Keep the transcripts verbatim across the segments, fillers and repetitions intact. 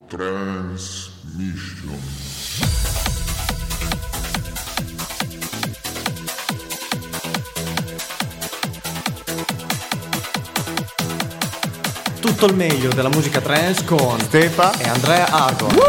Transmission. Tutto il meglio della musica trance con Stefa e Andrea Argo. Woo!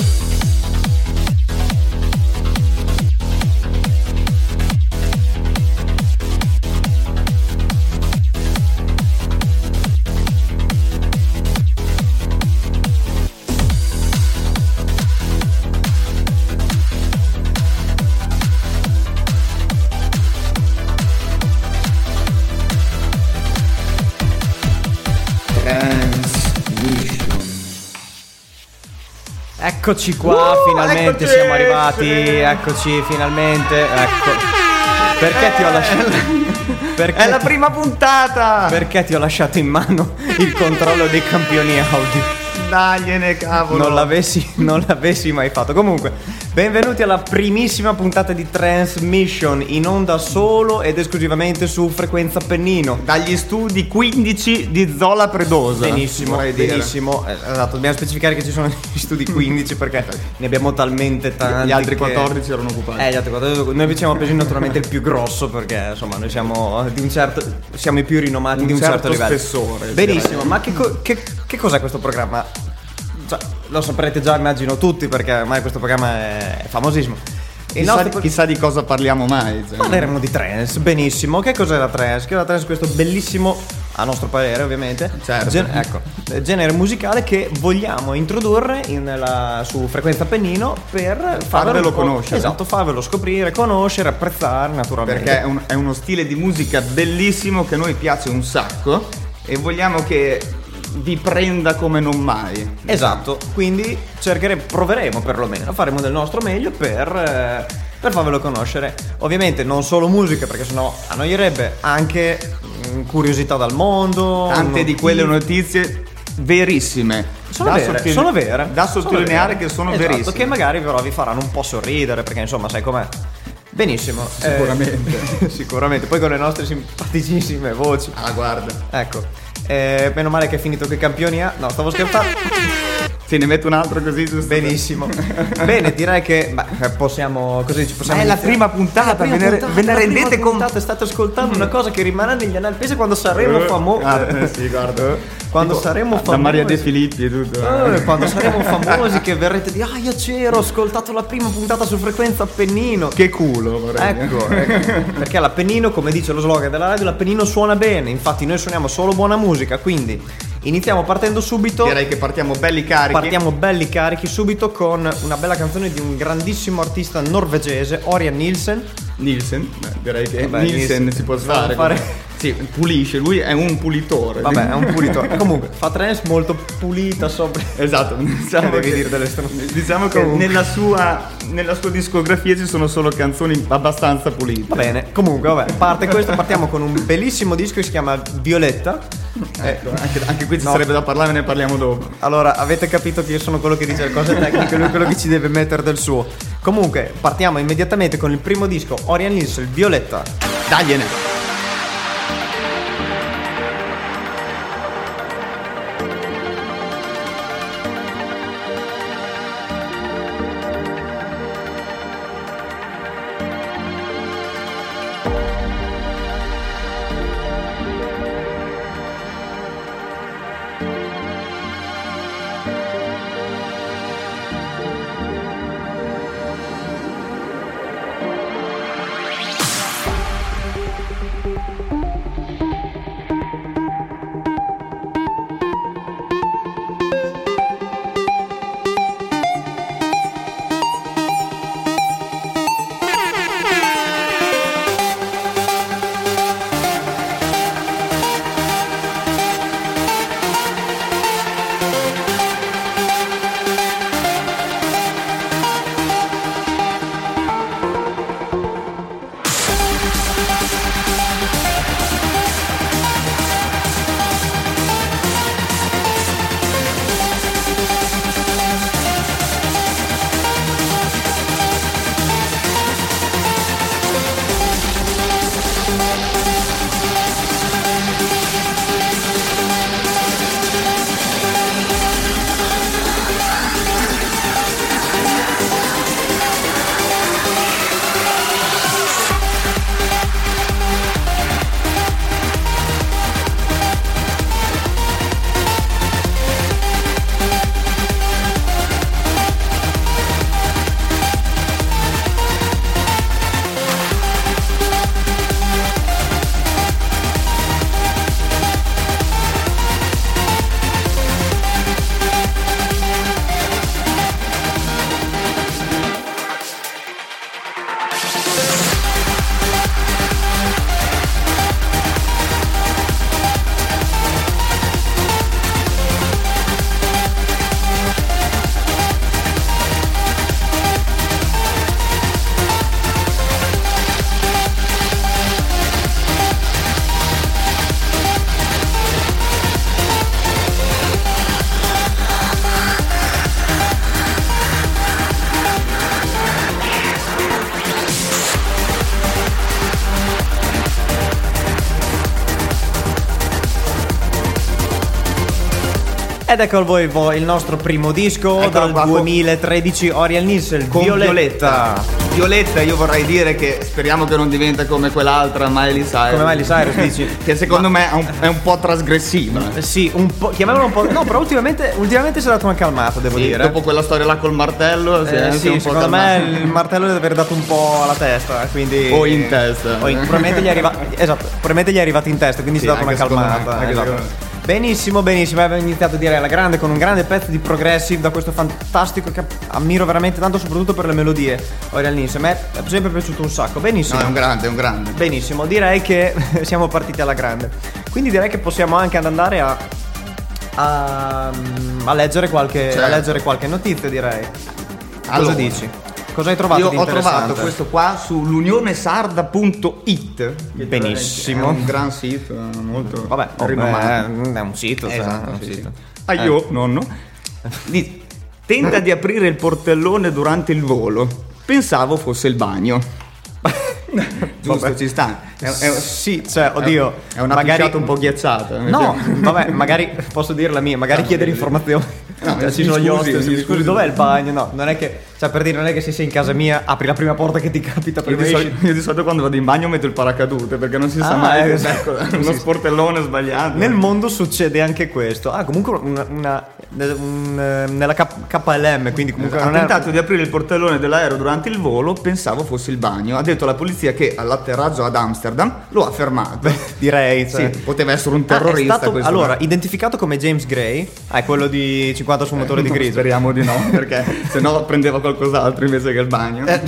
Eccoci qua, uh, finalmente eccoci, siamo arrivati, sì. eccoci finalmente, ecco. Perché ti ho lasciato? Perché, È la prima puntata! Perché ti ho lasciato in mano il controllo dei campioni audio? Dagliene, cavolo! Non l'avessi, non l'avessi mai fatto. Comunque, benvenuti alla primissima puntata di Transmission, in onda solo ed esclusivamente su Frequenza Appennino. Dagli studi quindici di Zola Predosa. Benissimo, vorrei dire. benissimo. Eh, Esatto, dobbiamo specificare che ci sono gli studi quindici perché ne abbiamo talmente tanti. Gli altri che- quattordici erano occupati. Eh, gli altri quattordici. Noi ci siamo presi naturalmente il più grosso perché insomma noi siamo di un certo, siamo i più rinomati Un di un certo, certo livello. spessore, Benissimo, direi. ma che, co- che, che cos'è questo programma? Cioè, lo saprete già, immagino tutti, perché ormai questo programma è famosissimo. Il Chissà, nostro di, pro- chissà di cosa parliamo mai. Cioè. Parleremo di trance, benissimo. Che cos'è la trance? Che la trance è questo bellissimo, a nostro parere ovviamente, Certo. gen- ecco, eh, genere musicale che vogliamo introdurre in la- su Frequenza Appennino per farvelo Farvelo un po'- conoscere. Esatto, farvelo scoprire, conoscere, apprezzare naturalmente. Perché è, un- è uno stile di musica bellissimo che a noi piace un sacco e vogliamo che vi prenda come non mai. Esatto, quindi cercheremo, proveremo perlomeno, faremo del nostro meglio per, eh, per farvelo conoscere. Ovviamente non solo musica, perché sennò annoierebbe, anche mm, curiosità dal mondo. Tante di quelle notizie. notizie verissime. Sono Da vere, sottil- sono vere. Da sono sottolineare vere. che sono Esatto, verissime. che magari però vi faranno un po' sorridere, perché insomma sai com'è. Benissimo. eh, Sicuramente. sicuramente. Poi con le nostre simpaticissime voci. Ah, guarda. Ecco. Eh, meno male che è finito che campioni ha. No, stavo scherzando. Se ne metto un altro così giusto. Benissimo. Bene, direi che beh, possiamo. Così ci possiamo Ma è la iniziare. prima puntata, È la prima ve ne- puntata, ve ne la prima rendete conto? puntata, state ascoltando una cosa che rimarrà negli annali. Pensa quando saremo Eh, famosi. guarda, sì, guarda. Quando Tipo, saremo famosi. Da Maria De Filippi e tutto. Eh, quando saremo famosi che verrete a dire ah io c'ero, ho ascoltato la prima puntata su Frequenza Appennino. Che culo, vorrei dire. Ecco, ecco. Perché l'Appennino, come dice lo slogan della radio, l'Appennino suona bene. Infatti noi suoniamo solo buona musica, quindi iniziamo partendo subito. Direi che partiamo belli carichi. Partiamo belli carichi subito con una bella canzone di un grandissimo artista norvegese, Orion Nielsen. Nielsen, beh, direi che Vabbè, Nielsen, Nielsen si può possiamo fare. fare- Sì, pulisce, lui è un pulitore. Vabbè, è un pulitore. Comunque, fa trance molto pulita sopra. Esatto, diciamo Devi che, dire delle stronzate. diciamo che Comunque. nella sua, nella sua discografia ci sono solo canzoni abbastanza pulite. Va bene, comunque, vabbè, a parte questo, partiamo con un bellissimo disco che si chiama Violetta. Ecco, anche, anche qui ci No. sarebbe da parlare, ne parliamo dopo. Allora, avete capito che io sono quello che dice le cose tecniche, lui è quello che ci deve mettere del suo. Comunque, partiamo immediatamente con il primo disco, Orion Nielsen, Violetta. Dagliene. Ed ecco a voi, voi il nostro primo disco Eccolo dal qua, duemilatredici, Oriel Nielsen, con Violetta. Violetta. Violetta, io vorrei dire che speriamo che non diventa come quell'altra Miley Cyrus. Come Miley Cyrus dici? Che secondo me è un, è un po' trasgressiva. Eh, Sì, un po', chiamiamola un po'. No, però ultimamente, ultimamente si è dato una calmata, devo Sì, dire. dopo quella storia là col martello, si è Eh, anche sì, un po' secondo calmato. me il martello deve aver dato un po' alla testa, quindi. O in testa. O in- probabilmente, gli è arriva- esatto, probabilmente gli è arrivato in testa, quindi Sì, si è dato una anche secondo me, calmata. anche esatto. secondo me. Benissimo, benissimo. Abbiamo iniziato a dire alla grande con un grande pezzo di progressive da questo fantastico che ammiro veramente tanto, soprattutto per le melodie. Oriel Nielsen, a me è sempre piaciuto un sacco. Benissimo. No, è un grande, è un grande. Benissimo, direi che siamo partiti alla grande. Quindi direi che possiamo anche andare a, a, a leggere qualche Certo. a leggere qualche notizia, direi. Allora, Cosa dici? Cosa hai trovato Io di ho interessante? trovato questo qua su l'unionesarda punto it. Benissimo. È un gran sito, molto Vabbè, oh, rinomato. beh, è un sito, cioè, Esatto, è un sì, sito. sì. Ah, io, nonno. Dice, tenta di aprire il portellone durante il volo. Pensavo fosse il bagno. Giusto, Vabbè. ci sta. È, è- Sì, cioè, oddio, è una magari pisciata un po' ghiacciata. No, vabbè, magari posso dire la mia, magari No, chiedere vedi. informazioni. No, Cioè, mi ci sono gli scusi, hostess, mi mi scusi, scusi. dov'è il bagno? No, non è che, cioè, per dire, non è che se sei in casa mia apri la prima porta che ti capita Io prima di, esci. solito, io di solito quando vado in bagno metto il paracadute perché non si sa Ah, mai eh, che- ecco, uno sportellone sbagliato. Nel mondo succede anche questo. Ah, comunque una, una- un- eh, nella K- KLM, quindi comunque Ha non è tentato di aprire il portellone dell'aereo durante il volo, pensavo fosse il bagno. Ha detto alla polizia che all'atterraggio ad Amsterdam lo ha fermato. direi, cioè. Sì, poteva essere un Ah, è terrorista stato- questo. allora, qua. identificato come James Gray, ah, è quello di cinquanta sul motore di No, grigio. speriamo di no, perché se no prendeva qualcos'altro invece che il bagno. Eh,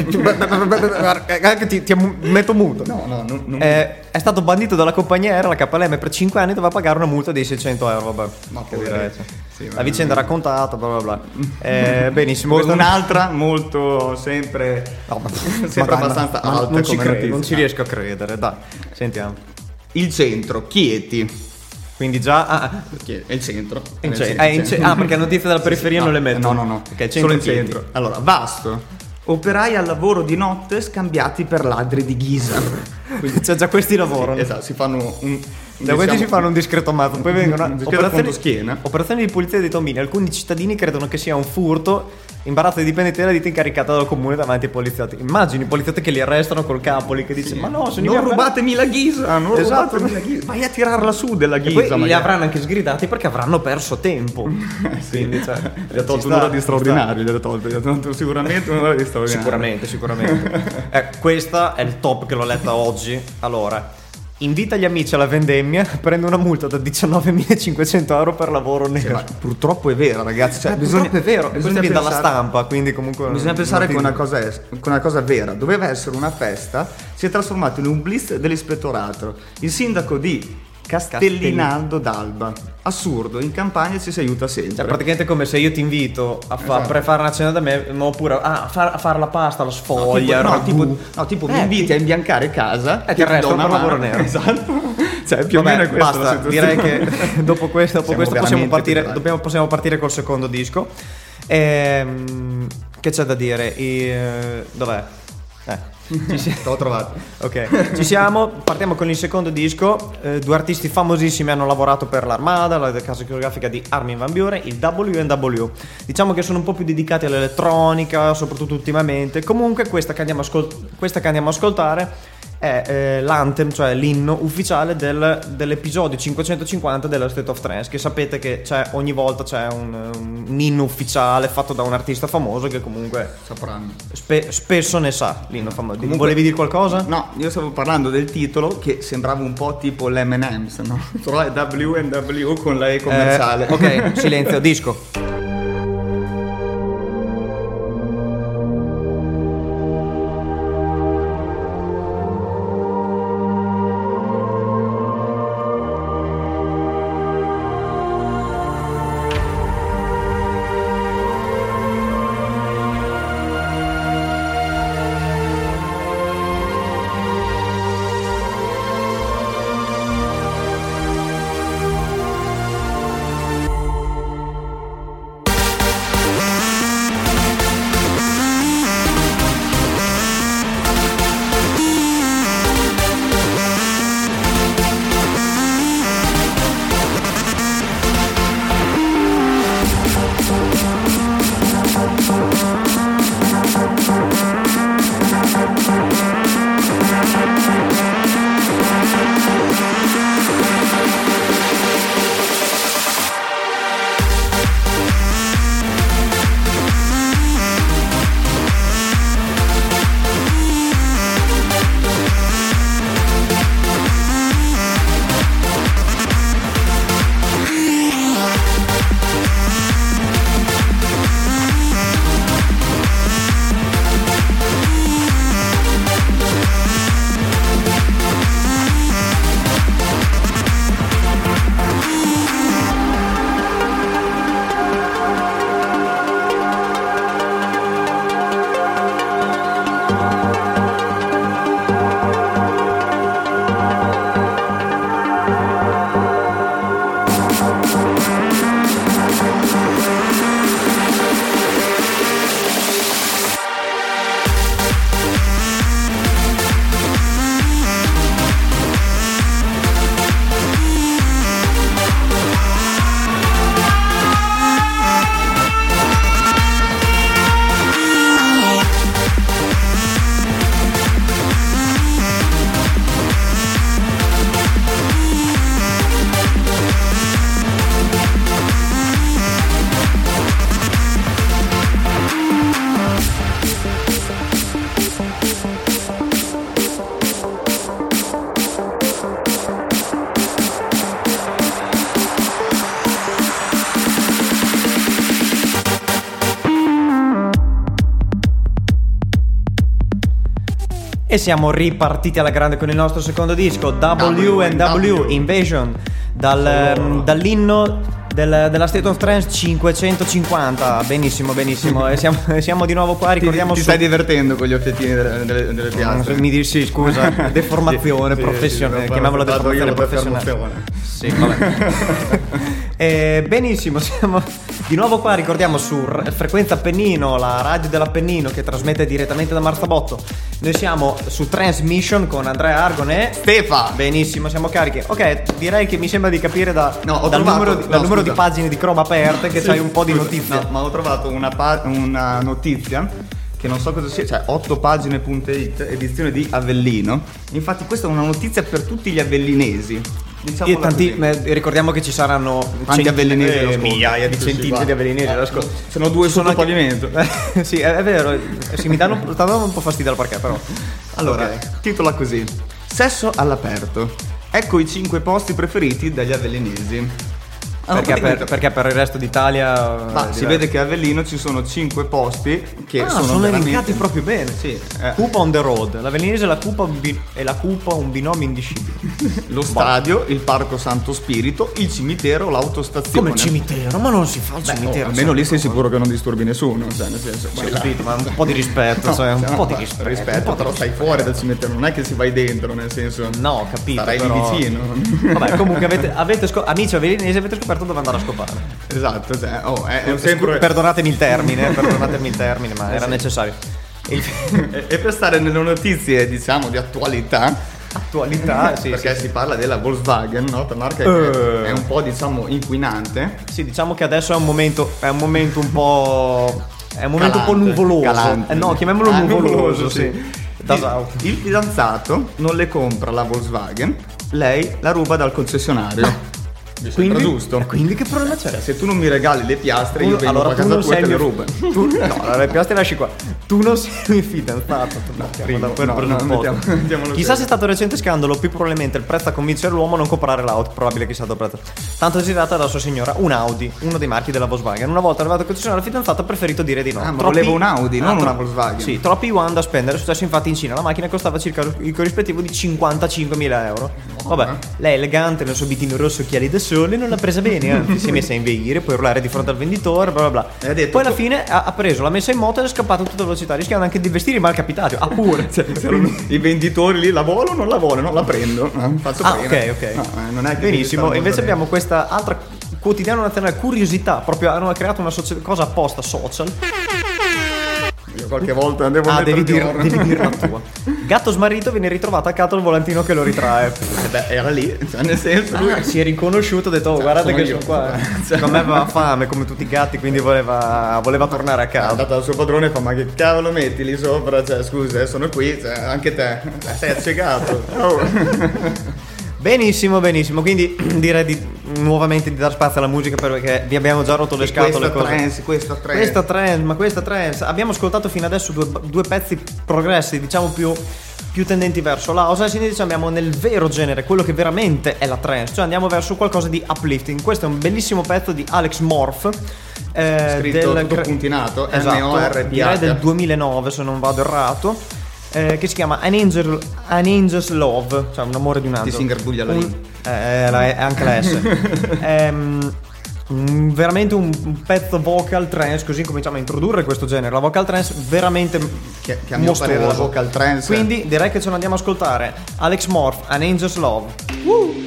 anche ti, ti am- metto muto. no, no, non, non- Eh, è stato bandito dalla compagnia aerea, la K L M, per cinque anni, doveva pagare una multa di seicento euro. Vabbè, Ma che poveretto. direi, cioè. Sì, la ma- vicenda raccontata, bla bla bla. Eh, benissimo. Questa è un'altra molto sempre, No, ma- sempre ma dai, abbastanza ma- ma alta non ci come credo, notizia. non ci riesco a credere, dai. Sentiamo. Il centro, Chieti. Quindi già ah, ah, Chieti, è il centro. in È il ce- centro, ah, in il ce- centro. ah, perché notizie dalla periferia No, non le metto. No, no, no. Ok, centro Solo il Chieti. centro. Allora, Vasto. Operai al lavoro di notte scambiati per ladri di ghisa. Cioè, già questi lavorano. Esatto, si fanno un... Da questi si fanno un discreto mazzo, poi vengono un discreto fondoschiena. operazioni di pulizia dei tombini. Alcuni cittadini credono che sia un furto. Imbarazzo dei dipendenti della ditta incaricata dal comune davanti ai poliziotti. Immagini i poliziotti che li arrestano col capo lì che dice: Ma no, sono i Non miei rubatemi la ghisa, non Esatto. rubatemi la ghisa. Vai a tirarla su della E ghisa. poi li magari. avranno anche sgridati perché avranno perso tempo. Sì. Quindi, cioè, Gli ha tolto ci sta, un'ora di ci straordinario, gli ha tolto, gli ha tolto sicuramente un'ora di sta. straordinario. Sicuramente, sicuramente. eh, questa è il top che l'ho letta oggi. Allora, invita gli amici alla vendemmia, prende una multa da diciannovemilacinquecento euro per lavoro Sì, nero. ma purtroppo è vero, ragazzi. Cioè, Eh, bisogna, purtroppo è vero, e questo bisogna viene dalla pensare- stampa, quindi comunque Bisogna pensare che non ti- una, cosa è, che una cosa vera. Doveva essere una festa, si è trasformato in un blitz dell'ispettorato. Il sindaco di Castellinaldo d'Alba. Assurdo, in campagna ci si aiuta sempre. Cioè, praticamente è come se io ti invito a, fa- Esatto. per fare una cena da me, ma oppure ah, a, far, a fare la pasta, la No, sfoglia, tipo, il no, ragù. tipo, no, tipo mi Eh, inviti a imbiancare casa Eh, ti io do arrestano una per lavoro mano. nero. Esatto. Cioè, più o Vabbè, meno è questa basta, la situazione. direi che dopo questo, dopo Siamo questo possiamo veramente partire, tutelati. dobbiamo- possiamo partire col secondo disco. Ehm, che c'è da dire? I, eh, dov'è? Eh, ci si- L'ho trovato. Ok, ci siamo, partiamo con il secondo disco. Eh, due artisti famosissimi hanno lavorato per l'Armada, la casa discografica di Armin van Buuren, il W and W. Diciamo che sono un po' più dedicati all'elettronica, soprattutto ultimamente. Comunque questa che andiamo, a ascol- questa che andiamo a ascoltare è eh, l'anthem, cioè l'inno ufficiale del- dell'episodio cinquecentocinquanta della State of Trance, che sapete che c'è, ogni volta c'è un, un inno ufficiale fatto da un artista famoso che comunque Sapranno. spe- spesso ne sa l'inno famoso. Comunque- Volevi dire qualcosa? No, io stavo parlando del titolo che sembrava un po' tipo l'M and M's, no? Però è W and W con la E commerciale. Eh, ok, silenzio, disco. E siamo ripartiti alla grande con il nostro secondo disco, W and W Invasion, dal, um, dall'inno del, della State of Trance cinquecentocinquanta. Benissimo, benissimo. E siamo, siamo di nuovo qua, ricordiamo Ti, ti su... stai divertendo con gli occhiettini delle, delle, delle piazze? Mi dici sì, scusa, deformazione sì, professionale, sì, sì, chiamiamola deformazione io, professionale. Sì, vabbè. eh, benissimo, siamo di nuovo qua, ricordiamo su R- Frequenza Appennino, la radio dell'Appennino che trasmette direttamente da Marzabotto. Noi siamo su Transmission con Andrea Argon e Stefa. Benissimo, siamo carichi. Ok, direi che mi sembra di capire da, no, ho dal trovato, numero, di, no, dal numero scusa. di pagine di Chrome aperte che Sì, c'hai un po' di scusa, notizie. No, ma ho trovato una, pa- una notizia che non so cosa sia, cioè otto pagine punto it, edizione di Avellino. Infatti questa è una notizia per tutti gli avellinesi. E tanti, eh, ricordiamo che ci saranno quanti avellinesi eh, migliaia di sì, centinaia sì, di avellinesi. Eh, sono due sono sotto pavimento. Sì, è, è vero. Sì, mi danno, sta dando un po' fastidio al parquet, però. Allora, okay. Titola così: Sesso all'aperto. Ecco i cinque posti preferiti dagli avellinesi. Ah, perché, per, perché per il resto d'Italia Ma si vede che a Avellino ci sono cinque posti che ah, sono, sono veramente... elencati proprio bene. Sì, eh. Cupa on the road. L'Avellinese e la Cupa bi- e la Cupa un binomio indiscibile. Lo stadio, il Parco Santo Spirito, il cimitero, l'autostazione. Come il cimitero? Ma non si fa il Beh, cimitero. Oh, almeno lì sei sicuro che non disturbi nessuno, cioè nel senso, sì, capito, ma un po' di rispetto, no, cioè, un cioè, po' no, di rispetto, rispetto po' però di stai rispetto. fuori dal cimitero, non è che si vai dentro, nel senso. No, capito. Starai però... lì vicino. Vabbè, comunque avete, avete scop- amici avellinesi, avete scoperto dove andare a scopare. Esatto, cioè, oh, è, è sempre... Perdonatemi il termine, perdonatemi il termine, ma eh, era sì. necessario. Il... e, e per stare nelle notizie, diciamo, di attualità, attualità, sì, perché sì, si parla della Volkswagen, nota marca uh. che è un po', diciamo, inquinante. Sì, diciamo che adesso è un momento, è un momento un po'... è un momento calante, un po' nuvoloso. Calante. Eh, no, chiamiamolo ah, nuvoloso, nuvoloso, sì. sì. Il, il fidanzato non le compra la Volkswagen, lei la ruba dal concessionario. Mi sembra quindi, giusto. E quindi che problema c'è? Cioè, se tu non mi regali le piastre, io Tu- vengo allora, a tu casa non tua e sei te le mio- rubo. Tu, no, allora, le piastre lasci qua. Tu non sei il mio fidanzato. Tu no, Primo, per no, no, presupposto. mettiamo- mettiamolo Chissà così. se è stato un recente scandalo, più probabilmente il prezzo a convincere l'uomo a non comprare l'auto. Probabile che sia stato il prezzo. Tanto desiderato dalla sua signora un Audi, uno dei marchi della Volkswagen. Una volta arrivato al concessionario, il fidanzato ha preferito dire di no. Ah, ma voleva un Audi, non una Volkswagen. Sì, troppi yuan da spendere. È successo infatti in Cina. La macchina costava circa il corrispettivo di cinquantacinquemila euro. Vabbè, lei elegante nel suo abitino rosso, occhiali da sole, non l'ha presa bene, anzi si è messa a inveire, poi urlare di fronte al venditore, bla bla bla. E ha detto, poi alla fine ha, ha preso, l'ha messa in moto ed è scappato a tutta velocità, rischiando anche di investire in malcapitato. Ah, pure. Cioè, i venditori lì la voglio o non la voglio, non la prendo. No, faccio Ah, prima. ok, ok. No, eh, non è che benissimo. devi E invece stare abbiamo questa altra quotidiano nazionale curiosità, proprio hanno creato una socia- cosa apposta social. Io qualche volta devo Ah, mettere devi, dir, giorno. devi dirla tua. Gatto smarrito viene ritrovato accanto al volantino che lo ritrae. Eh beh, era lì, cioè nel senso lui... Ah, si è riconosciuto, ha detto oh, guardate sono che io. sono qua. Cioè- Con me aveva fame come tutti i gatti, quindi voleva, voleva tornare a È casa. andato dal suo padrone e fa ma che cavolo metti lì sopra, cioè scusa eh, sono qui, cioè, anche te, eh, sei accecato. Oh. Benissimo, benissimo. Quindi direi di, nuovamente di dar spazio alla musica perché vi abbiamo già rotto le scatole. Questa trance, questa trance. Questa trance, ma questa trance. Abbiamo ascoltato fino adesso due, due pezzi progressi, diciamo più, più tendenti verso l'house. Adesso invece andiamo nel vero genere, quello che veramente è la trance, cioè andiamo verso qualcosa di uplifting. Questo è un bellissimo pezzo di Alex Morph. Eh, Scritto del, tutto puntinato, esatto, M O R P H. direi del duemilanove se non vado errato. Eh, che si chiama An, Angel, An Angel's Love, cioè un amore di un angelo. Ti si ingarbuglia la Un- lingua. eh, la- anche la S. Ehm, mm, veramente un, un pezzo vocal trance, così cominciamo a introdurre questo genere. La vocal trance veramente Che, che a mio parere la mostruoso. vocal trance. Quindi direi che ce lo andiamo a ascoltare. Alex Morph, An Angel's Love.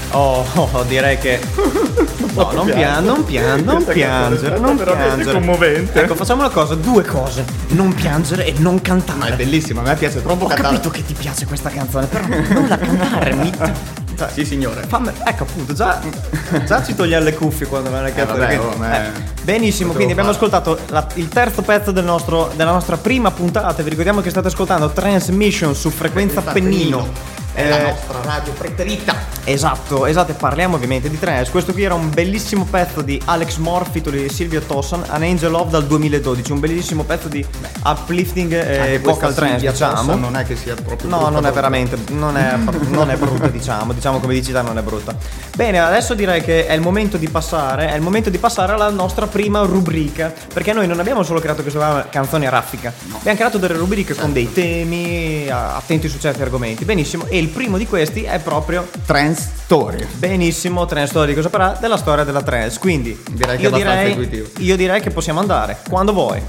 Oh, oh, direi che no, non piangere, non piangere, non piangere, non piangere. Commovente. Ecco, facciamo una cosa, due cose: non piangere e non cantare. Ma è bellissima, a me piace troppo Ho cantare. capito che ti piace questa canzone, però non la cantare, mi... Cioè, sì, signore. Fammi... Ecco appunto, già, già ci togliamo le cuffie quando me la canto. Eh, vabbè, oh, ma- eh, benissimo, quindi abbiamo fare. ascoltato la- il terzo pezzo del nostro, della nostra prima puntata. Vi ricordiamo che state ascoltando Transmission su frequenza Pennino. È la Eh, nostra radio preferita. Esatto, esatto, e parliamo ovviamente di trance. Questo qui era un bellissimo pezzo di Alex Morphy, titolo di Sylvia Tossan, An Angel Love dal duemiladodici, un bellissimo pezzo di uplifting e vocal trance, diciamo. Non è che sia proprio No, brutta, non è brutta. veramente, non è, non è brutta, diciamo, diciamo come dici te, non è brutta. Bene, adesso direi che è il momento di passare, è il momento di passare alla nostra prima rubrica, perché noi non abbiamo solo creato questa canzone a raffica, abbiamo creato delle rubriche con dei temi, a- attenti su certi argomenti, benissimo, e il primo di questi è proprio, Trance Story. benissimo, Trance Story, cosa parla? Della storia della trance, quindi Direi che è io, abbastanza direi, intuitivo. io direi che possiamo andare, quando vuoi.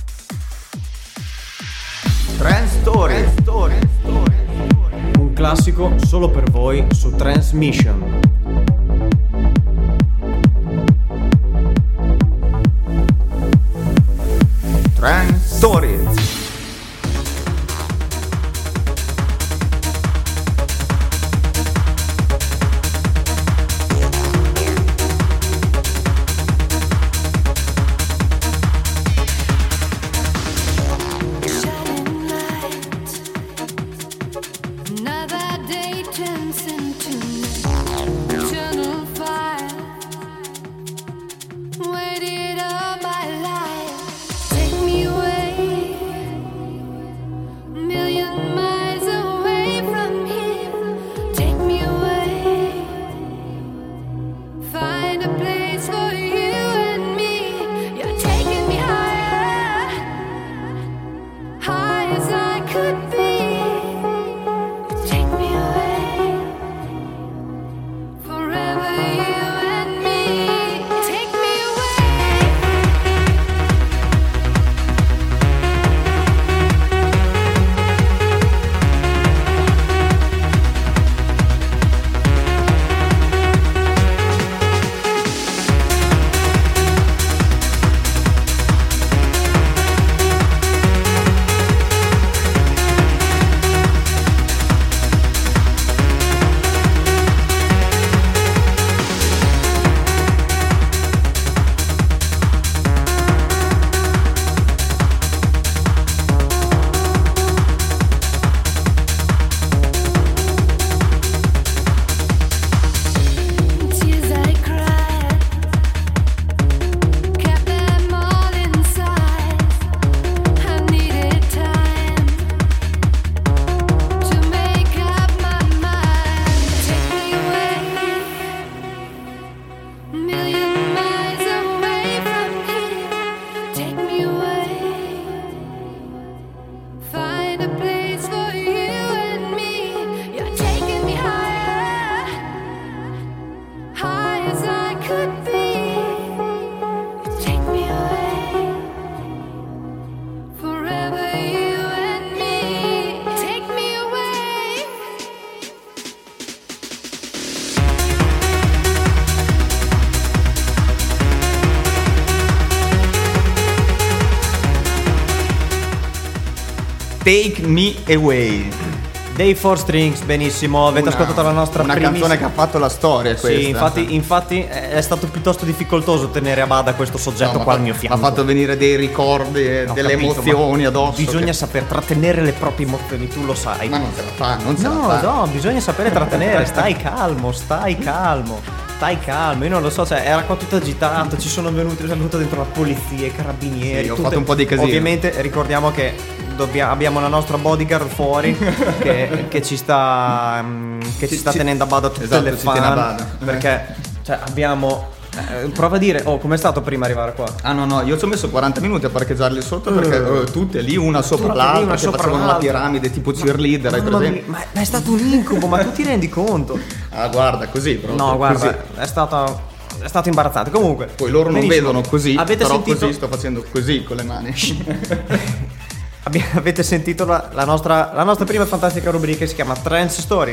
Trance Story. Un classico solo per voi su Transmission. Trance Story. Shining light, another day turns into night. Eternal fire, waited all my life. Take me away, a million miles away from here. Take me away, find a place for you and me. You're taking me higher, high as I could be. Take me away, forever you and me. Take me away. Tears I cried, kept them all inside. I needed time to make up my mind. Take me away, a million miles away from here. Take me away, find a place for you and me. You're taking me higher, high as I could be. Take me away, forever you and me. Take me away. Take Me Away. Dei Four Strings, benissimo, avete Una- ascoltato la nostra una primissima... canzone che ha fatto la storia questa. Sì, infatti, infatti è stato piuttosto difficoltoso tenere a bada questo soggetto No, ma qua al fa- mio fianco. ha fatto venire dei ricordi e Ho delle capito, emozioni ma addosso. Bisogna che- saper trattenere le proprie emozioni, tu lo sai. Ma non se la fa, non se No, la fa. no, bisogna sapere trattenere, stai calmo, stai calmo, stai calmo, io non lo so, cioè era qua tutto agitato, ci sono venuti, è venuta dentro la polizia, i carabinieri. Sì, ho tutte- fatto un po' di casino. Ovviamente ricordiamo che dobbia- abbiamo la nostra bodyguard fuori che, che ci sta, mm, che ci Ci- sta ci- tenendo a bada tutte esatto, le ci tiene a fan, bada. perché cioè, abbiamo... eh, prova a dire, oh, com'è stato prima arrivare qua? Ah no no, io ci ho messo quaranta minuti a parcheggiarli sotto perché eh, tutte lì una sopra Tutte lì, l'altra una che sopra facevano la l'altra. piramide tipo cheerleader, hai Mamma presente? mia, ma ma è stato un incubo, ma tu ti rendi conto? Ah guarda, così proprio. No, guarda, così. è stato è stato imbarazzante. Comunque, Poi loro non benissimo. vedono così, Avete però sentito così sto facendo così con le mani. abbi- avete sentito la, la nostra la nostra prima fantastica rubrica che si chiama Trance Story.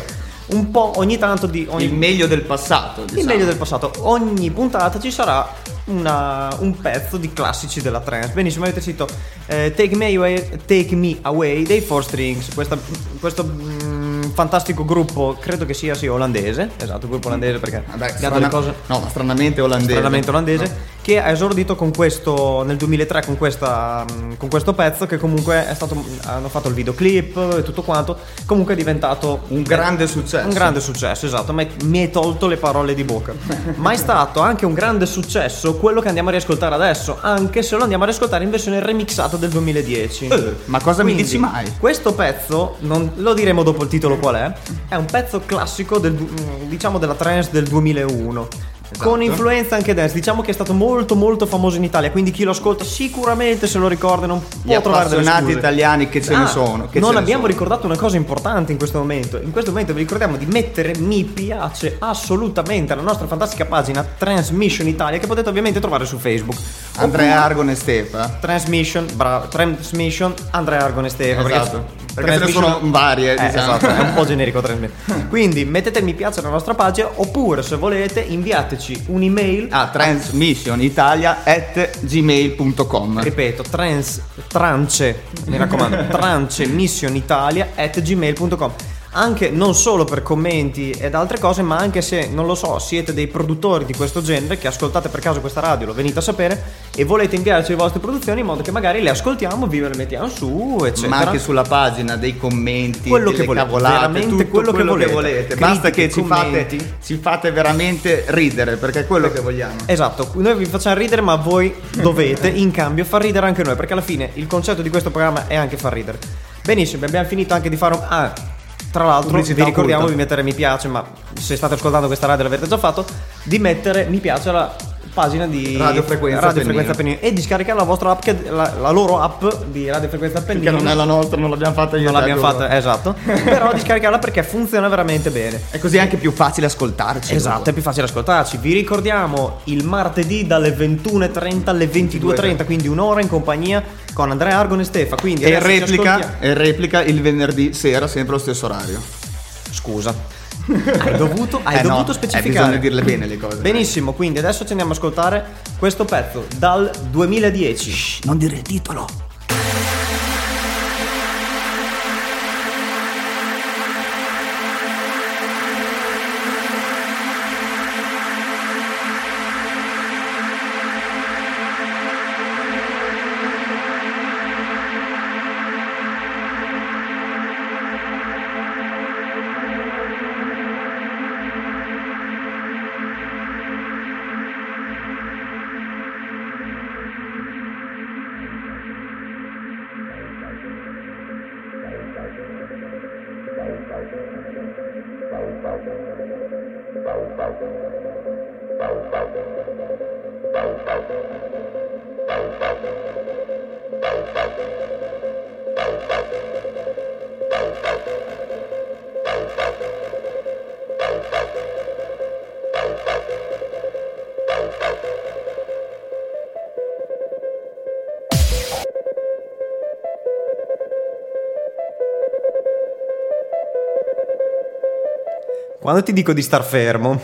un po' ogni tanto di ogni Il meglio del passato, il diciamo. meglio del passato. Ogni puntata ci sarà una- un pezzo di classici della trance. Benissimo, avete sentito eh, Take Me Away, Take Me Away dei Four Strings, questa- questo mm, fantastico gruppo, credo che sia sì olandese, esatto, gruppo olandese perché Vabbè, abbiamo strana- delle cose no, ma stranamente olandese. stranamente olandese, che ha esordito con questo nel duemilatré con, questa, mh, con questo pezzo che comunque è stato, hanno fatto il videoclip e tutto quanto, comunque è diventato Un grande successo. un grande successo, esatto, ma mi hai tolto le parole di bocca. Ma è stato anche un grande successo quello che andiamo a riascoltare adesso, anche se lo andiamo a riascoltare in versione remixata del duemiladieci. Eh, ma cosa mi Quindi, dici mai? Questo pezzo, non, lo diremo dopo il titolo qual è, è un pezzo classico del, du- diciamo della trance del duemilauno. Esatto. Con influenza anche dance, diciamo che è stato molto molto famoso in Italia, quindi chi lo ascolta sicuramente se lo ricorda, non Gli può trovare delle appassionati scuse. italiani che ce ne Ah, sono. Che non ce ne abbiamo sono. ricordato una cosa importante in questo momento. In questo momento vi ricordiamo di mettere mi piace assolutamente alla nostra fantastica pagina Transmission Italia, che potete ovviamente trovare su Facebook. Andrea Argon e Stefa. Transmission, bravo, Transmission, Andrea Argon e Stefano. Esatto. Perché ce ne Transmission- sono varie, Eh, diciamo. esatto, è un po' generico Transmission. Quindi mettete mi piace alla nostra pagina, oppure se volete inviateci un'email. Ah, transmissionitalia at gmail punto com. Ripeto, trans, trance, mi raccomando, trance mission italia at gmail punto com. Anche non solo per commenti ed altre cose, ma anche se, non lo so, siete dei produttori di questo genere che ascoltate per caso questa radio, lo venite a sapere e volete inviarci le vostre produzioni in modo che magari le ascoltiamo, vi le mettiamo su, eccetera. Ma anche sulla pagina dei commenti, Quello delle che volete, cavolate, veramente tutto quello che volete. volete. Basta Critiche, che ci fate, commenti. ci fate veramente ridere, perché è quello che vogliamo. Esatto, noi vi facciamo ridere, ma voi dovete in cambio far ridere anche noi, perché alla fine il concetto di questo programma è anche far ridere. Benissimo, abbiamo finito anche di fare un... Ah, tra l'altro Pubblicità vi ricordiamo occulta. di mettere mi piace, ma se state ascoltando questa radio l'avete già fatto, di mettere mi piace alla pagina di Radio Frequenza Radio Appennino. Frequenza Appennino e di scaricare la vostra app, che- la, la loro app di Radio Frequenza Appennino. Perché non è la nostra, non l'abbiamo fatta io. Non e te, l'abbiamo allora. fatta, esatto. Però di scaricarla perché funziona veramente bene. È così anche più facile ascoltarci. Esatto, è più facile ascoltarci. Vi ricordiamo il martedì dalle ventuno e trenta alle ventidue e trenta, quindi un'ora in compagnia con Andrea Argon e Stefa. Quindi E adesso ci replica, ascoltiamo. e replica il venerdì sera, sempre lo stesso orario. Scusa. Hai dovuto, hai Eh no, dovuto eh, specificare. bisogna dirle bene le cose. Benissimo, quindi adesso ci andiamo a ascoltare questo pezzo dal duemiladieci. Shh, non dire il titolo. Quando ti dico di star fermo,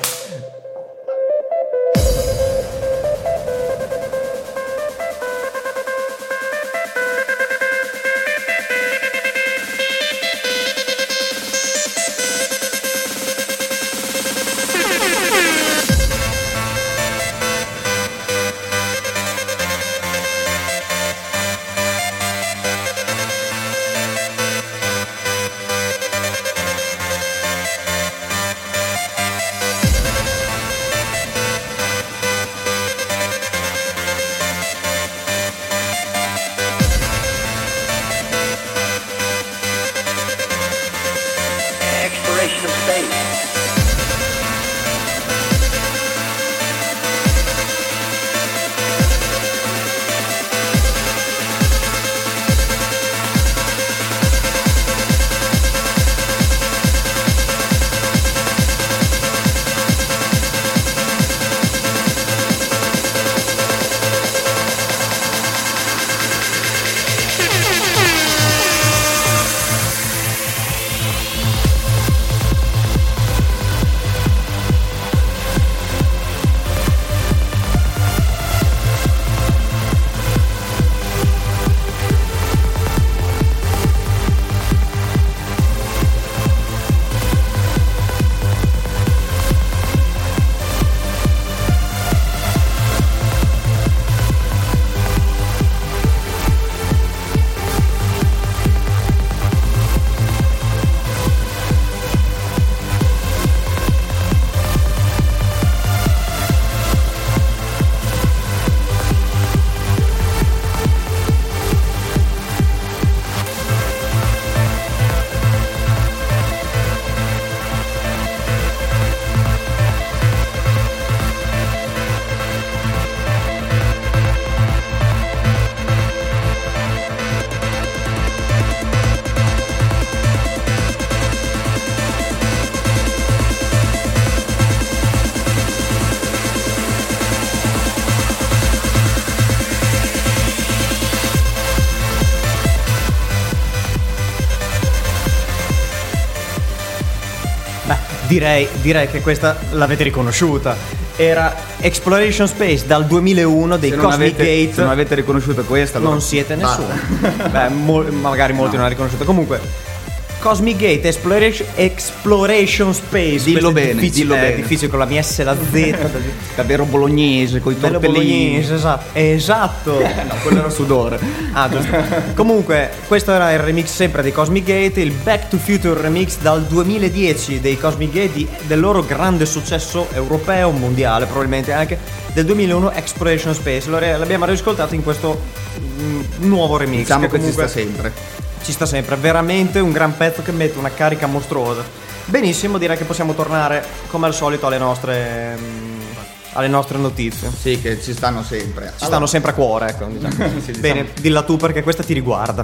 direi, direi che questa l'avete riconosciuta. Era Exploration Space dal duemilauno dei Se non Cosmic avete, Gate. se non avete riconosciuto questa, allora Non siete basta. nessuno. Beh, mo- magari molti No. non hanno riconosciuto. Comunque, Cosmic Gate Exploration, Exploration Space. Dillo Questo è bene, difficile, dillo è bene. difficile con la mia S e la Z. Davvero bolognese, con i Bello torpellini. bolognese, esatto. Esatto. No, quello era sudore. Ah, giusto. Comunque, questo era il remix sempre dei Cosmic Gate, il Back to Future remix dal duemiladieci dei Cosmic Gate, di- del loro grande successo europeo, mondiale, probabilmente anche del duemilauno, Exploration Space. Lo re- L'abbiamo riscoltato in questo mm, nuovo remix. Diciamo che ci comunque sta sempre. ci sta sempre, veramente un gran pezzo che mette una carica mostruosa. Benissimo, direi che possiamo tornare come al solito alle nostre mm, alle nostre notizie. Sì, che ci stanno sempre. Ci stanno sempre a cuore, ecco, diciamo. Sì, diciamo. Bene, dilla tu perché questa ti riguarda.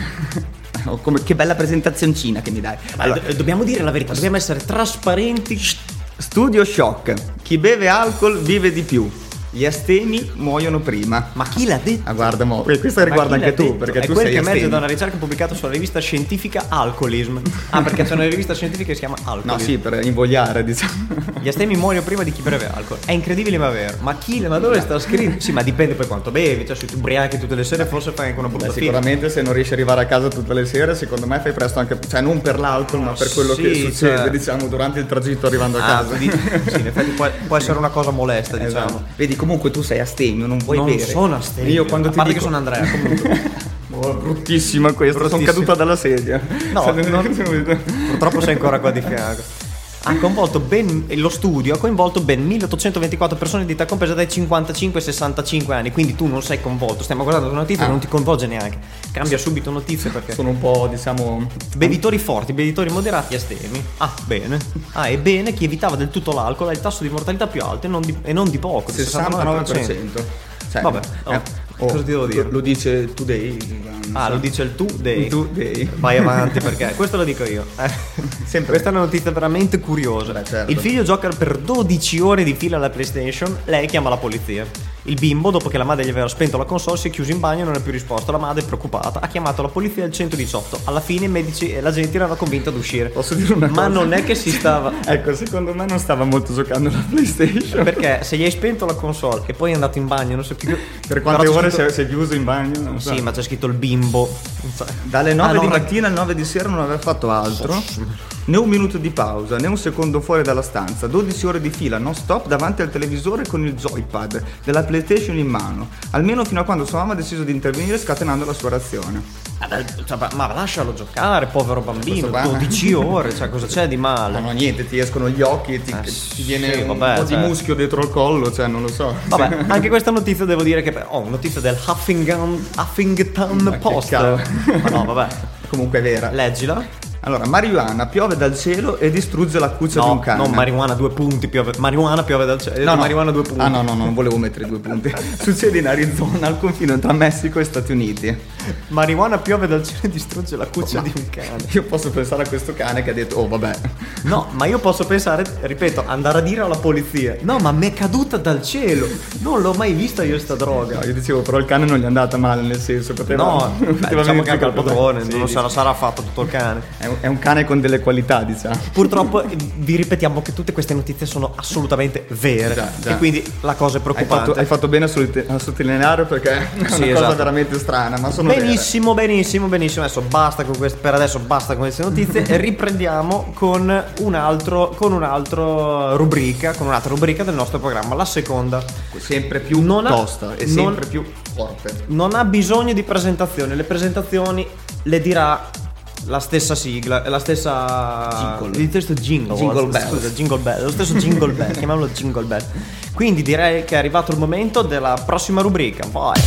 Oh, come, che bella presentazioncina che mi dai. Allora, Do- dobbiamo dire la verità, dobbiamo essere trasparenti. Studio Shock. Chi beve alcol vive di più. Gli astemi muoiono prima. Ma chi l'ha detto? Ah, guarda, mo, questa riguarda Ma chi anche l'ha tu, detto? perché è tu quel sei che emerge astemi. da una ricerca pubblicata sulla rivista scientifica Alcoholism. Ah, perché c'è una rivista scientifica che si chiama Alcoholism. No, sì, per invogliare, diciamo. Gli astemi muoiono prima di chi beve alcol. È incredibile ma vero. Ma chi? Ma dove sta scritto? Sì, ma dipende poi quanto bevi. Cioè, se tu ubriachi tutte le sere, forse fai anche una brutta Beh, fine. sicuramente se non riesci ad arrivare a casa tutte le sere, secondo me fai presto anche, cioè non per l'alcol, ma per quello Sì, che succede, cioè- diciamo, durante il tragitto arrivando a Ah, casa. tu dici- sì, in effetti può, può essere una cosa molesta, diciamo. Esatto. Vedi, comunque tu sei astemio, non vuoi Non bere. sono astemio. Io quando A ti parte dico che sono Andrea, comunque. Oh, bruttissima questa, sono Bruttissima. caduta dalla sedia. No, non- Purtroppo sei ancora qua di fianco. Ha coinvolto ben lo studio ha coinvolto ben milleottocentoventiquattro persone di età compresa dai cinquantacinque ai sessantacinque anni, quindi tu non sei coinvolto. Stiamo guardando una notizia Ah. e non ti coinvolge neanche. Cambia subito notizia perché Sono un po', diciamo, bevitori forti, bevitori moderati, astemi. Ah, bene. Ah, e bene chi evitava del tutto l'alcol ha il tasso di mortalità più alto e non di, e non di poco, di sessantanove per cento. Cioè, Vabbè, oh, eh, oh, cosa ti devo dire? Lo, lo dice Today. non Ah, so. lo dice il Today. Today. Vai avanti perché questo lo dico io. Eh. Sempre. Questa è una notizia veramente curiosa. Beh, certo. Il figlio gioca per dodici ore di fila alla PlayStation, lei chiama la polizia. Il bimbo, dopo che la madre gli aveva spento la console, si è chiuso in bagno e non ha più risposto. La madre, preoccupata, ha chiamato la polizia al centodiciotto. Alla fine i medici e la gente erano convinti ad uscire. Posso dire una Ma cosa? non è che si stava... Ecco, secondo me non stava molto giocando alla PlayStation. Perché se gli hai spento la console e poi è andato in bagno, non so più... Per quante Però c'è ore scritto- si è, si è chiuso in bagno? Non so. Sì, ma c'è scritto il bimbo. Dalle nove Ah, no, di rag- mattina al nove di sera non aveva fatto altro. Né un minuto di pausa, né un secondo fuori dalla stanza. dodici ore di fila, non stop, davanti al televisore con il joypad della PlayStation in mano. Almeno fino a quando sua mamma ha deciso di intervenire scatenando la sua reazione. Vabbè, cioè, ma- ma lascialo giocare, povero bambino. Questo qua- dodici ore, cioè cosa c'è di male? Ma no, niente, ti escono gli occhi e ti, Eh, ti sì, viene un vabbè, po' cioè- di muschio dietro il collo, cioè non lo so. Vabbè, anche questa notizia devo dire che ho oh, notizia del Huffington, Huffington Ma che Post. cavolo. Ma no, vabbè, Comunque è vera. leggila. Allora, marijuana piove dal cielo e distrugge la cuccia di No, un cane. non marijuana due punti, piove. Marijuana piove dal cielo. No, no. Marijuana due punti. Ah no, no, no, non volevo mettere due punti. Succede in Arizona, al confine tra Messico e Stati Uniti. Marijuana piove dal cielo e distrugge la cuccia Ma- di un cane. Io posso pensare a questo cane che ha detto, oh vabbè. No, ma io posso pensare, ripeto, andare a dire alla polizia: no, ma mi è caduta dal cielo. Non l'ho mai vista io sta droga. No, io dicevo, però il cane non gli è andata male, nel senso, poteva... No, beh, poteva diciamo venirci che anche al qualcosa- padrone, Sì, non lo sì. sarà, sarà fatto tutto il cane. È un, è un cane con delle qualità, diciamo. Purtroppo eh, vi ripetiamo che tutte queste notizie sono assolutamente vere. Già, già. E quindi la cosa è Hai preoccupante. fatto, hai fatto bene a, solite- a sottolineare perché è una Sì, cosa esatto. veramente strana, ma sono Benissimo, benissimo, benissimo. Adesso basta con queste, per adesso basta con queste notizie e riprendiamo con un altro, con un altro rubrica, con un'altra rubrica del nostro programma, la seconda. vere. Sempre più Non ha- tosta e non- sempre più forte. Non ha bisogno di presentazioni, le presentazioni le dirà la stessa sigla, la stessa Jingle. il stesso jingle, Jingle bell. scusa, jingle bell, lo stesso jingle bell, chiamiamolo jingle bell. Quindi direi che è arrivato il momento della prossima rubrica. Vai.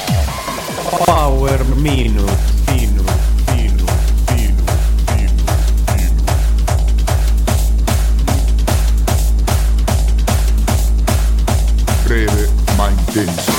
Power Minute, Minute, Minute, Minute, Minute. Breve ma intenso.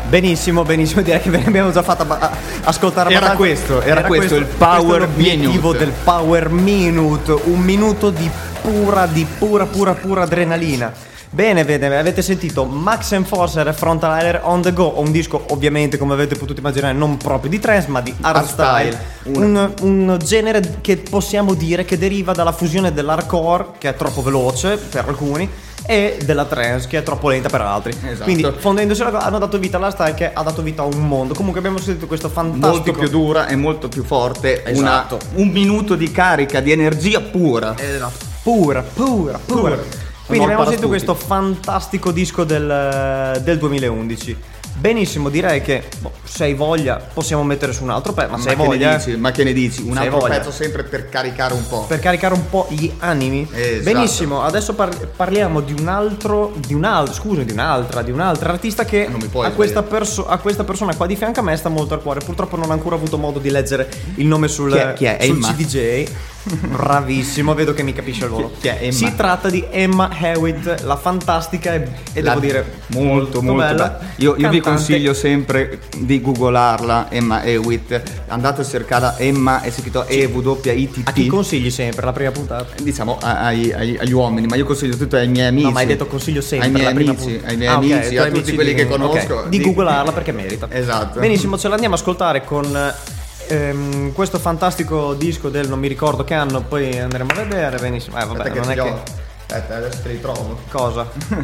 Benissimo, benissimo, direi che ve ne abbiamo già fatta ba- ascoltare Era abbastanza. questo, era questo il Power questo è l'obiettivo Minute. del Power Minute, un minuto di pura, di pura, pura, pura adrenalina. Bene, bene, avete sentito Max Enforcer e Frontalier on the Go, un disco ovviamente come avete potuto immaginare non proprio di trance ma di hardstyle, un, un genere che possiamo dire che deriva dalla fusione dell'hardcore che è troppo veloce per alcuni e della trance che è troppo lenta per altri. Esatto. Quindi fondendosi la- hanno dato vita all'hardstyle che ha dato vita a un mondo. Comunque abbiamo sentito questo fantastico Molto più dura e molto più forte. Una- Esatto. un minuto di carica, di energia pura. Esatto. Pura, pura, pura. Pura. Quindi Non abbiamo sentito parasputi. questo fantastico disco del, del duemilaundici. Benissimo, direi che boh, se hai voglia possiamo mettere su un altro pezzo. Ma se Ma hai che, voglia, ne dici? Ma che ne dici? Un Se hai altro voglia. pezzo sempre per caricare un po'. per caricare un po' gli animi. Esatto. Benissimo, adesso par- parliamo di un altro, di un altro, scusa, di un'altra, di un'altra artista che Non mi puoi a questa, sbagliare. perso- a questa persona qua di fianco a me sta molto al cuore. Purtroppo non ho ancora avuto modo di leggere il nome sul, Chi è- chi è? sul Emma? C D J. Bravissimo, vedo che mi capisce il volo. Chi è Emma? Si tratta di Emma Hewitt, la fantastica e, e La- devo dire molto molto bella. bella. Io, io vi cantante. consiglio sempre di googolarla, Emma Hewitt. Andate a cercare Emma e si chiama E W I T A chi T. consigli sempre la prima puntata? Diciamo a- ai- ai- agli uomini, ma io consiglio tutto ai miei amici. No, ma hai detto consiglio sempre ai miei la prima amici, puntata. ai miei Ah, ok, amici, ai tuoi a amici tutti quelli di- che conosco. ok, di googlarla perché merita. Esatto. Benissimo, ce l'andiamo a ascoltare con ehm, questo fantastico disco del non mi ricordo che anno, poi andremo a vedere. Benissimo, eh vabbè, Aspetta che non è ti ho- che Aspetta, adesso te li trovo. cosa.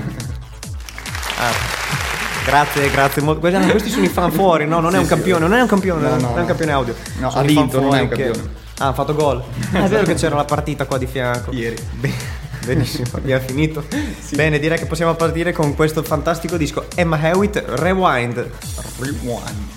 Ah, grazie, grazie. mo- Guarda, questi sono i fan fuori, no? Non è un sì, campione, non è un campione, No, no, non è un no. campione audio. No, Sono ha i fan vinto, non è un fuori che- campione. Ah, ha fatto gol. È vero che c'era la partita qua di fianco. Ieri. Be- Benissimo, abbiamo finito. Bene, direi che possiamo partire con questo fantastico disco Emma Hewitt Rewind. Rewind.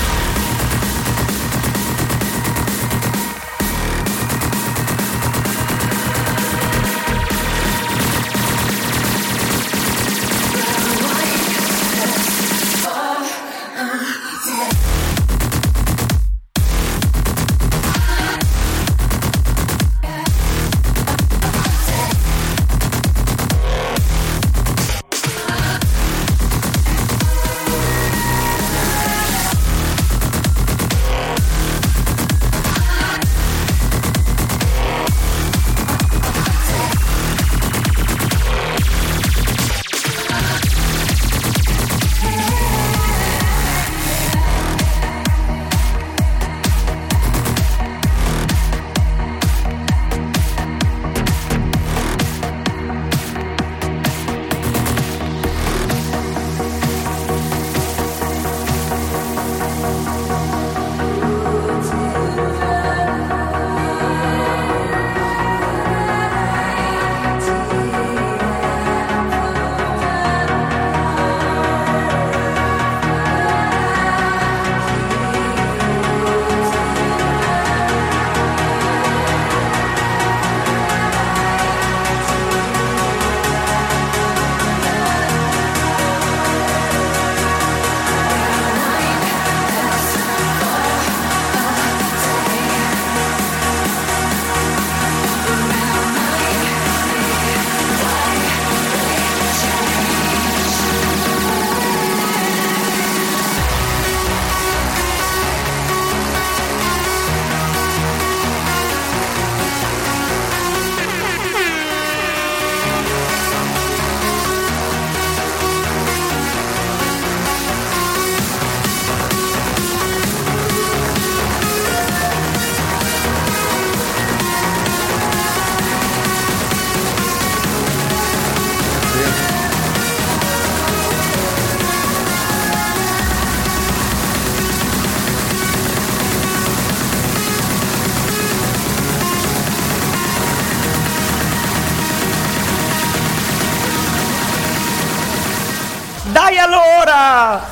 Dai allora!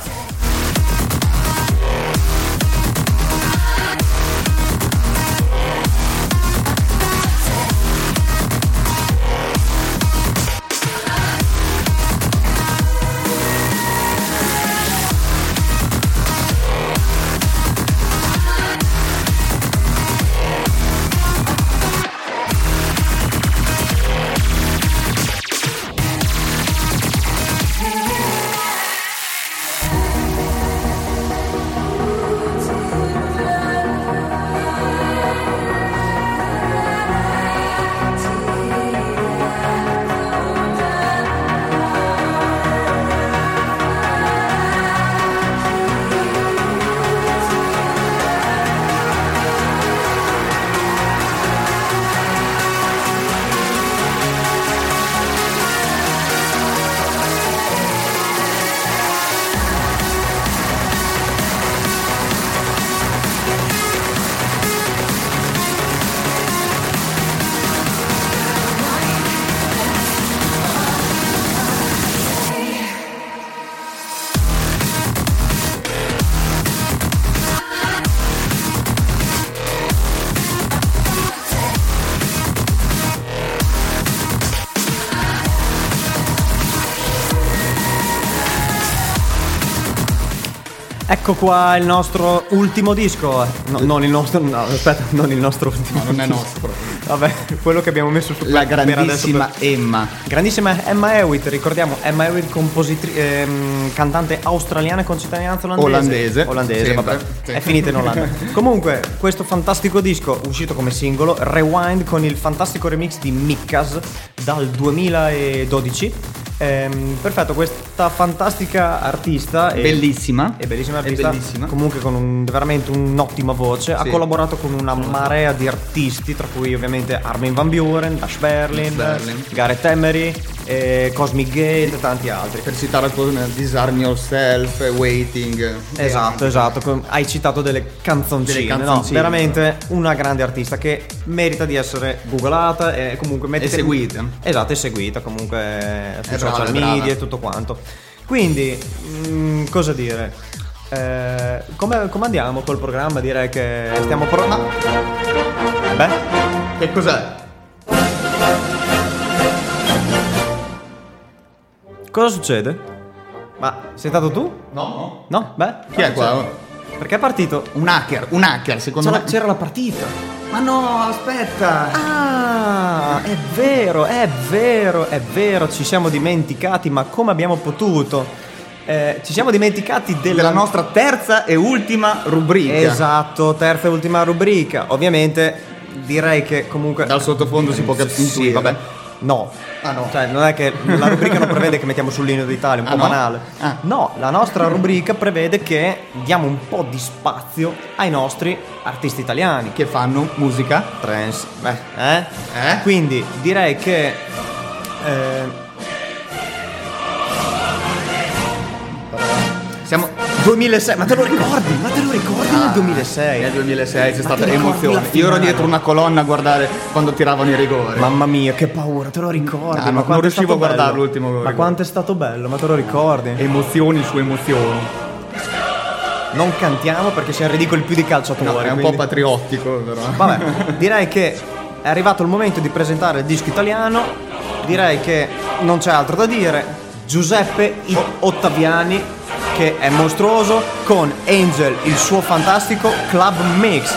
Ecco qua il nostro ultimo disco. No, non il nostro, no, aspetta, non il nostro ultimo. No, non è disco. nostro. Vabbè, quello che abbiamo messo su La per adesso grandissima per- Emma. Grandissima Emma Hewitt, ricordiamo Emma Hewitt, compositri- ehm, cantante australiana con cittadinanza olandese. Olandese, Olandese, sempre, vabbè. sì. È finita in Olanda. Comunque, questo fantastico disco uscito come singolo, Rewind, con il fantastico remix di Mikkas dal duemiladodici. Ehm, perfetto, questa fantastica artista e- Bellissima. e bellissima È artista, bellissima. comunque con un- veramente un'ottima voce. Ha Sì. collaborato con una marea di artisti, tra cui ovviamente Armin van Buuren, Dash Berlin, Berlin. Gareth Emery, eh, Cosmic Gate e tanti altri. Per citare alcune, Disarm Yourself, Waiting. Esatto, esatto. com- Hai citato delle canzoncine, Delle no? canzoncine. Veramente una grande artista che merita di essere googolata e comunque mettete- E seguita. Esatto, e seguita comunque sui È brava, social è brava. media e tutto quanto. Quindi, mm, cosa dire? Eh, come, come andiamo col programma? Direi che stiamo pro- no. Beh, Che cos'è? cosa succede? Ma sei stato tu? No. No? Beh, Chi è qua? perché è partito? Un hacker, un hacker, secondo C'era, me. c'era la partita. Ma no, aspetta. Ah, è vero, è vero, è vero, ci siamo dimenticati, ma come abbiamo potuto? Eh, ci siamo dimenticati della, Della nostra terza e ultima rubrica. Esatto, terza e ultima rubrica. Ovviamente direi che comunque Dal sottofondo si può capire. Sì, vabbè. No. Ah, no. Cioè, non è che la rubrica non prevede che mettiamo sull'inno d'Italia, un Ah, po' no? banale. Ah. No, la nostra rubrica prevede che diamo un po' di spazio ai nostri artisti italiani. Che fanno musica. Trance. Beh, eh? Eh? Quindi direi che eh, Siamo. duemilasei, ma te lo ricordi? Ma te lo ricordi nel duemilasei? Nel duemilasei c'è Ma stata ti ricordi emozione. la Io ero finale? dietro una colonna a guardare quando tiravano i rigori. Mamma mia, che paura, te lo ricordi? Ah, no, Ma non quanto è riuscivo stato a guardare bello? l'ultimo Ma rigore. quanto è stato bello, ma te lo ricordi? Emozioni su emozioni. Non cantiamo perché siamo ridicoli più di calciatori. No, è un quindi- po' patriottico, però. Vabbè, direi che è arrivato il momento di presentare il disco italiano. Direi che non c'è altro da dire. Giuseppe I- Ottaviani, che è mostruoso, con Angel, il suo fantastico club mix.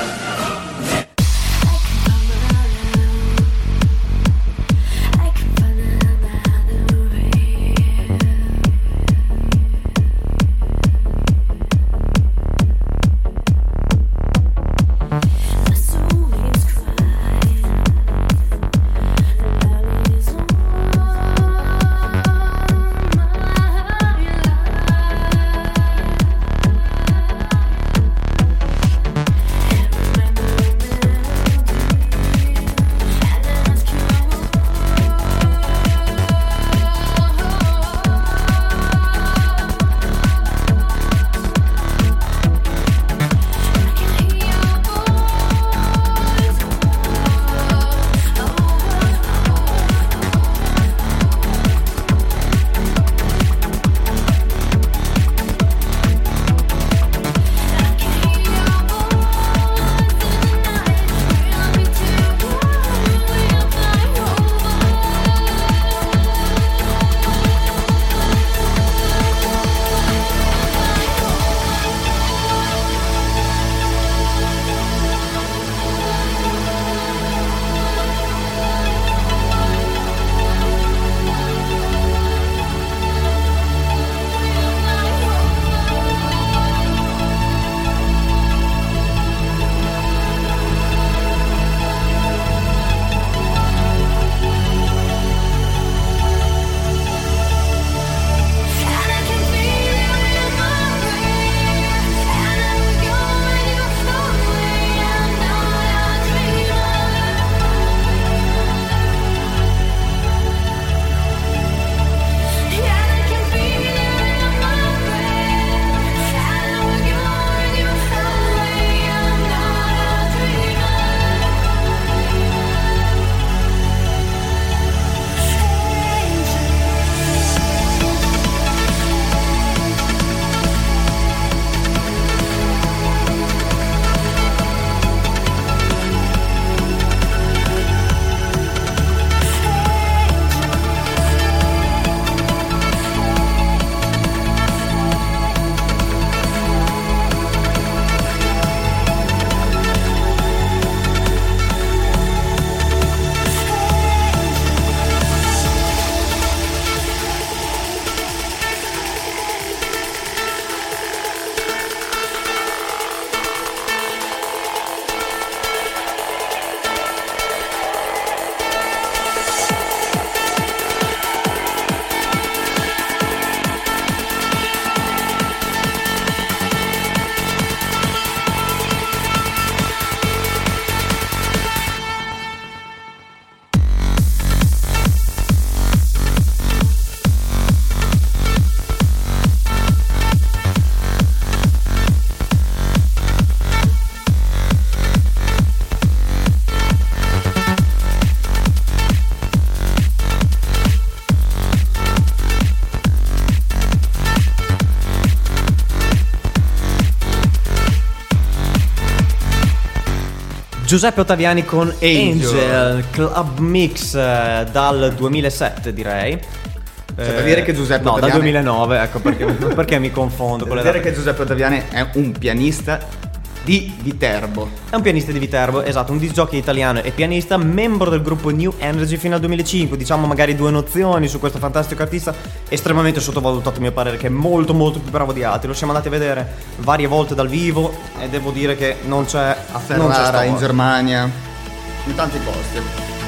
Giuseppe Ottaviani con Angel. Angel, Club Mix eh, dal duemilasette direi. C'è da dire che Giuseppe no, Ottaviani- dal duemilanove, ecco perché, perché mi confondo con Devo le dire date. che Giuseppe Ottaviani è un pianista di Viterbo. È un pianista di Viterbo, esatto, un disc jockey italiano e pianista, membro del gruppo New Energy fino al duemilacinque. Diciamo magari due nozioni su questo fantastico artista, estremamente sottovalutato a mio parere, che è molto molto più bravo di altri. Lo siamo andati a vedere varie volte dal vivo e devo dire che non c'è A non c'è Ferrara, storia. in Germania, in tanti posti.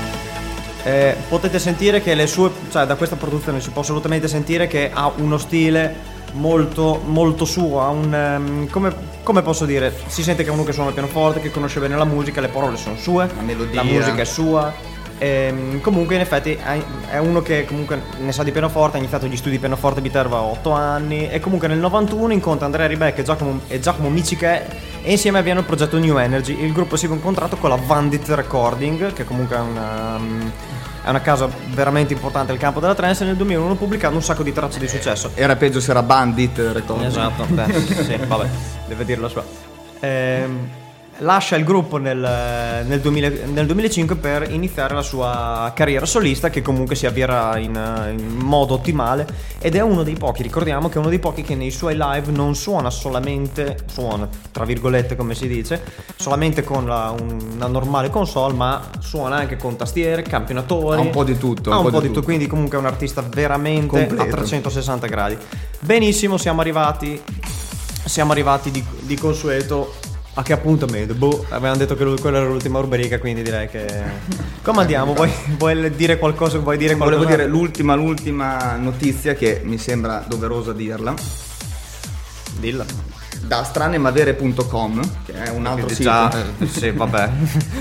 Eh, potete sentire che le sue, cioè da questa produzione si può assolutamente sentire che ha uno stile molto molto suo, ha un ehm, come, come posso dire, si sente che è uno che suona il pianoforte, che conosce bene la musica, le parole sono sue, La melodia. la musica è sua. Ehm, comunque in effetti è, è uno che comunque ne sa di pianoforte, ha iniziato gli studi di pianoforte a Viterbo a otto anni e comunque nel novantuno incontra Andrea Ribecca e Giacomo, e Giacomo Miciche e insieme avviano il progetto New Energy. Il gruppo si è incontrato con la Vandit Recording, che comunque è una, um, è una casa veramente importante nel campo della trance, e nel duemilauno pubblicando un sacco di tracce di successo. Era peggio se era Bandit, ricordo. Esatto, beh, sì, vabbè, deve dirlo sua. Ehm, lascia il gruppo nel, nel, duemila, nel duemilacinque per iniziare la sua carriera solista, che comunque si avvierà in, in modo ottimale, ed è uno dei pochi, ricordiamo che è uno dei pochi che nei suoi live non suona solamente, suona tra virgolette come si dice, solamente con la, una normale console, ma suona anche con tastiere, campionatori. Ha un po' di tutto. Ha un, po' di tutto, quindi comunque è un artista veramente Completo. a trecentosessanta gradi. Benissimo, siamo arrivati siamo arrivati di, di consueto a che appuntamento? Boh, avevamo detto che quella era l'ultima rubrica, quindi direi che come andiamo? Vuoi, vuoi dire qualcosa? Vuoi dire qualcosa? Volevo dire l'ultima, l'ultima notizia che mi sembra doverosa dirla. Dilla. Da stranemavere punto com, che è un altro Quindi sito. già, eh, sì, vabbè.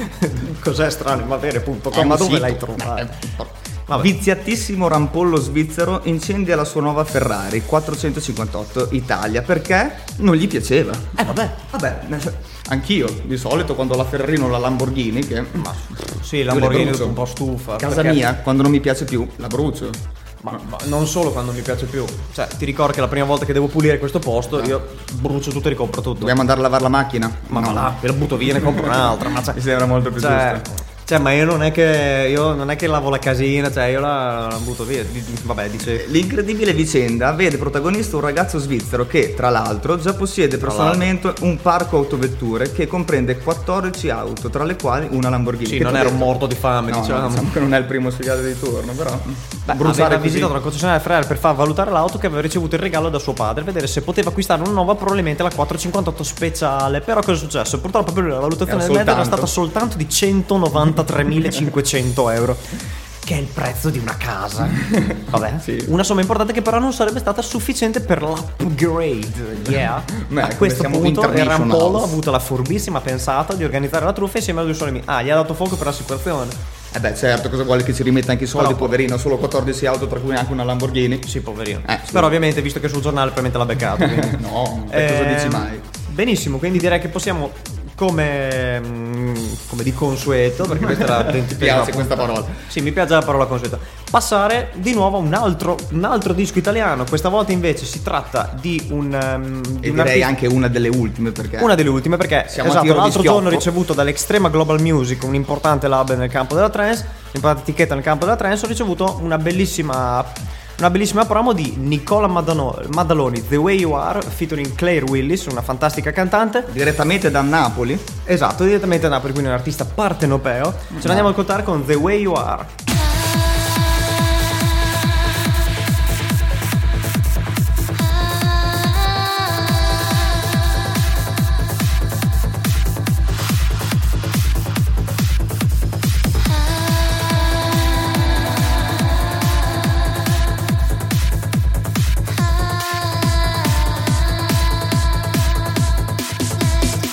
Cos'è strano, ma vere punto com? È un Ma dove sito. l'hai trovato? Eh, Vabbè. Viziatissimo rampollo svizzero incendia la sua nuova Ferrari quattrocentocinquantotto Italia perché non gli piaceva. Eh vabbè. Vabbè, anch'io di solito quando la Ferrari non la Lamborghini, che Ma sì, Lamborghini brucio. dopo un po' stufa. casa perché- mia quando non mi piace più la brucio. Ma, ma non solo quando mi piace più. Cioè, ti ricordo che la prima volta che devo pulire questo posto, io brucio tutto e ricompro tutto. Dobbiamo andare a lavare la macchina? Ma va là, la butto via e ne compro un'altra. Ma cioè, Mi sembra molto più cioè, giusto. cioè, ma io non è che io non è che lavo la casina, cioè io la, la butto via. Di- di- Vabbè, dice. L'incredibile vicenda vede protagonista un ragazzo svizzero che, tra l'altro, già possiede personalmente un parco autovetture che comprende quattordici auto, tra le quali una Lamborghini. Sì, Che non tu era vedi- un morto di fame, No, diciamo. no, diciamo che non è il primo sfigato di turno, però Beh, bruciare aveva così. visitato una concessionaria Ferrari per far valutare l'auto che aveva ricevuto il regalo da suo padre, vedere se poteva acquistare una nuova, probabilmente la quattrocentocinquantotto speciale. Però cosa è successo? Purtroppo per lui la valutazione Era del mezzo era soltanto. stata soltanto di centonovantatremilacinquecento euro, che è il prezzo di una casa. Vabbè, Sì. una somma importante che però non sarebbe stata sufficiente per l'upgrade. Yeah. Beh, A come questo siamo punto il international. Rampolo ha avuto la furbissima pensata di organizzare la truffa insieme a due suoi amici. Ah, gli ha dato fuoco per l'assicurazione. Eh beh, certo, cosa vuole che ci rimetta anche i soldi, Però- poverino, solo quattordici auto, tra cui anche una Lamborghini. Sì, poverino. Eh, sì. Però ovviamente, visto che sul giornale probabilmente l'ha beccato. quindi- No, che cosa Ehm, dici mai? Benissimo, quindi direi che possiamo, come, mm, come di consueto, perché questa è la ventitresima piace questa puntata. parola. Sì, mi piace la parola consueto. Passare di nuovo a un altro, un altro disco italiano. Questa volta invece si tratta di un, um, di E un direi artista- anche una delle ultime, perché una delle ultime, perché Siamo a esatto, tiro di l'altro schioppo. giorno ho ricevuto dall'Extrema Global Music, un importante lab nel campo della trance, un'importante etichetta nel campo della trance, ho ricevuto una bellissima una bellissima promo di Nicola Madano- Maddaloni, The Way You Are, featuring Claire Willis, una fantastica cantante. direttamente da Napoli. Esatto, direttamente da Napoli, quindi un artista partenopeo. Ce l'andiamo a ascoltare con The Way You Are.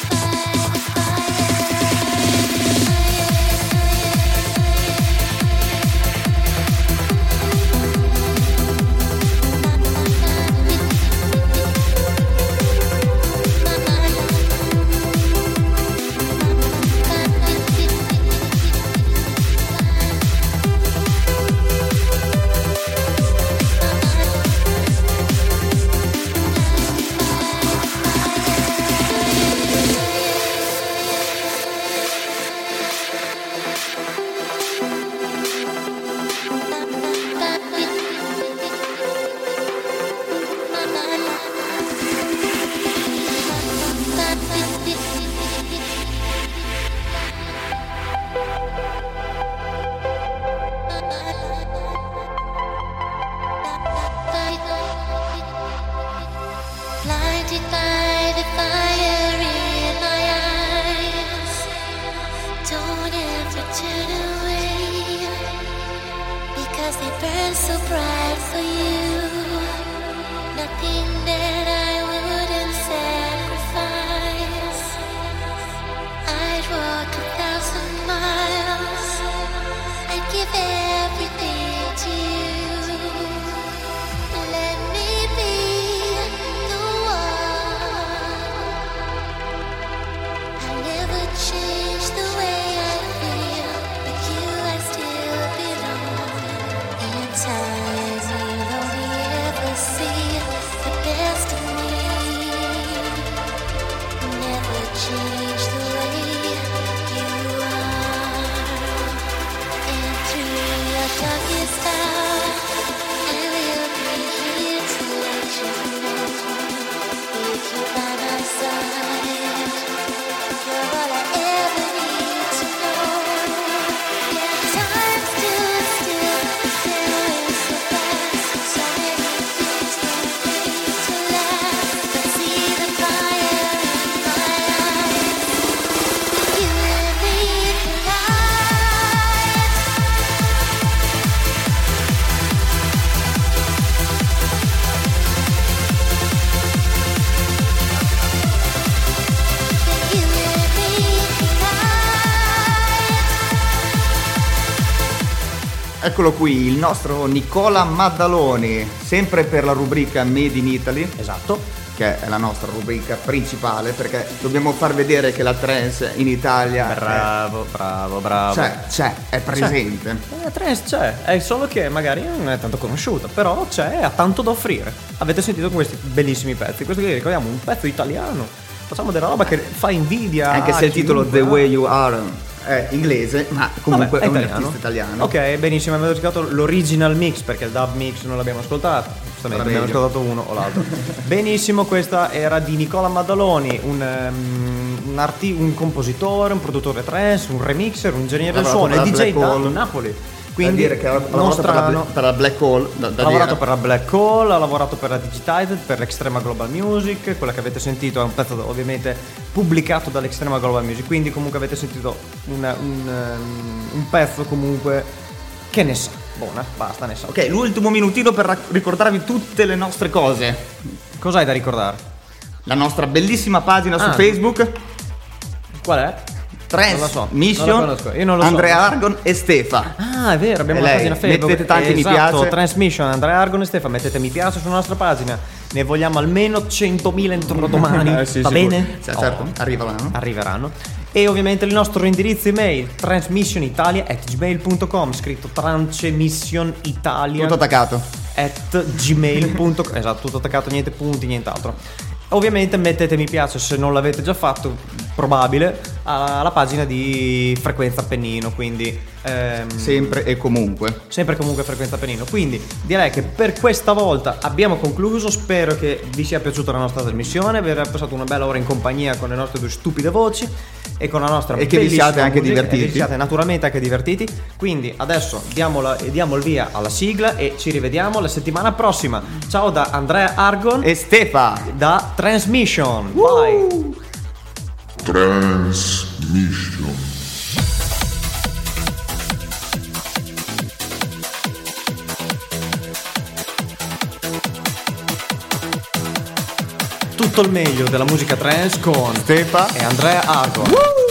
Fire. haunted by the fire in my eyes. Don't ever turn away, because they burn so bright for you. Nothing that I wouldn't sacrifice. I'd walk a thousand miles. I'd give everything to you. Let me be the one. I'll never change the way I feel. With you I still belong. In time you'll only ever see the best of me. Never change the way you are. And through your darkest hour, I will be here to let you know. With you by my side, you're all I ever need to know. Yeah, time stood still, there is so fast. So many things don't need to last. But see the fire in my eyes. You and me tonight. You and me tonight. Eccolo qui, il nostro Nicola Maddaloni, sempre per la rubrica Made in Italy, Esatto. che è la nostra rubrica principale, perché dobbiamo far vedere che la trance in Italia è- Bravo, bravo, bravo. c'è, c'è, è presente. La trance c'è, è solo che magari non è tanto conosciuta, però c'è, ha tanto da offrire. Avete sentito questi bellissimi pezzi? Questo qui ricordiamo un pezzo italiano. Facciamo della roba che fa invidia. Anche se a il titolo chiunque. The Way You Are è inglese, ma comunque Vabbè, è un artista italiano. Ok, benissimo, abbiamo cercato l'original mix perché il dub mix non l'abbiamo ascoltato. Giustamente Era abbiamo meglio. ascoltato uno o l'altro. Benissimo, questa era di Nicola Maddaloni, un, um, un, arti- un compositore, un produttore trance, un remixer, un ingegnere del Lavorato suono, per il la D J Black da Hole. Napoli. Quindi Quindi dire che ha non lavorato per la, strano. Bla- per la Black Hole, da, da Ha lavorato dire. per la Black Hole, ha lavorato per la Digitized, per l'Extrema Global Music, quella che avete sentito è un pezzo ovviamente pubblicato dall'Extrema Global Music, quindi comunque avete sentito una- un, um, un pezzo comunque che ne sa, buona, basta, ne sa. Ok, l'ultimo minutino per rac- ricordarvi tutte le nostre cose. Cos'hai da ricordare? La nostra bellissima pagina su Ah. Facebook, Qual è? Trance Non la so, non Mission, la conosco, io non lo so. Andrea Argon e Stefa. Ah, è vero, abbiamo E una lei, pagina Facebook. mettete tanti mi esatto, piace. Transmission, Andrea Argon e Stefano, mettete mi piace sulla nostra pagina. Ne vogliamo almeno centomila entro domani. Eh, sì, Va sicuro. bene? Sì, certo, Oh. arriveranno. Arriveranno. E ovviamente il nostro indirizzo email transmissionitalia at gmail punto com, scritto transmissionitalia Tutto attaccato. at gmail punto com. Esatto, tutto attaccato, niente punti, nient'altro. Ovviamente mettete mi piace se non l'avete già fatto, probabile, alla pagina di Frequenza Appennino, quindi ehm, Sempre e comunque. sempre comunque Frequenza Appennino. Quindi direi che per questa volta abbiamo concluso. Spero che vi sia piaciuta la nostra trasmissione, vi avrà passato una bella ora in compagnia con le nostre due stupide voci e con la nostra E che vi bellissima siate anche musica, divertiti. e vi siate naturalmente anche divertiti. Quindi adesso diamo, la- diamo il via alla sigla e ci rivediamo la settimana prossima. Ciao da Andrea Argon E Stefa. da Transmission. Bye. Transmission. Tutto il meglio della musica trance con Stefa. e Andrea Argon. Woo!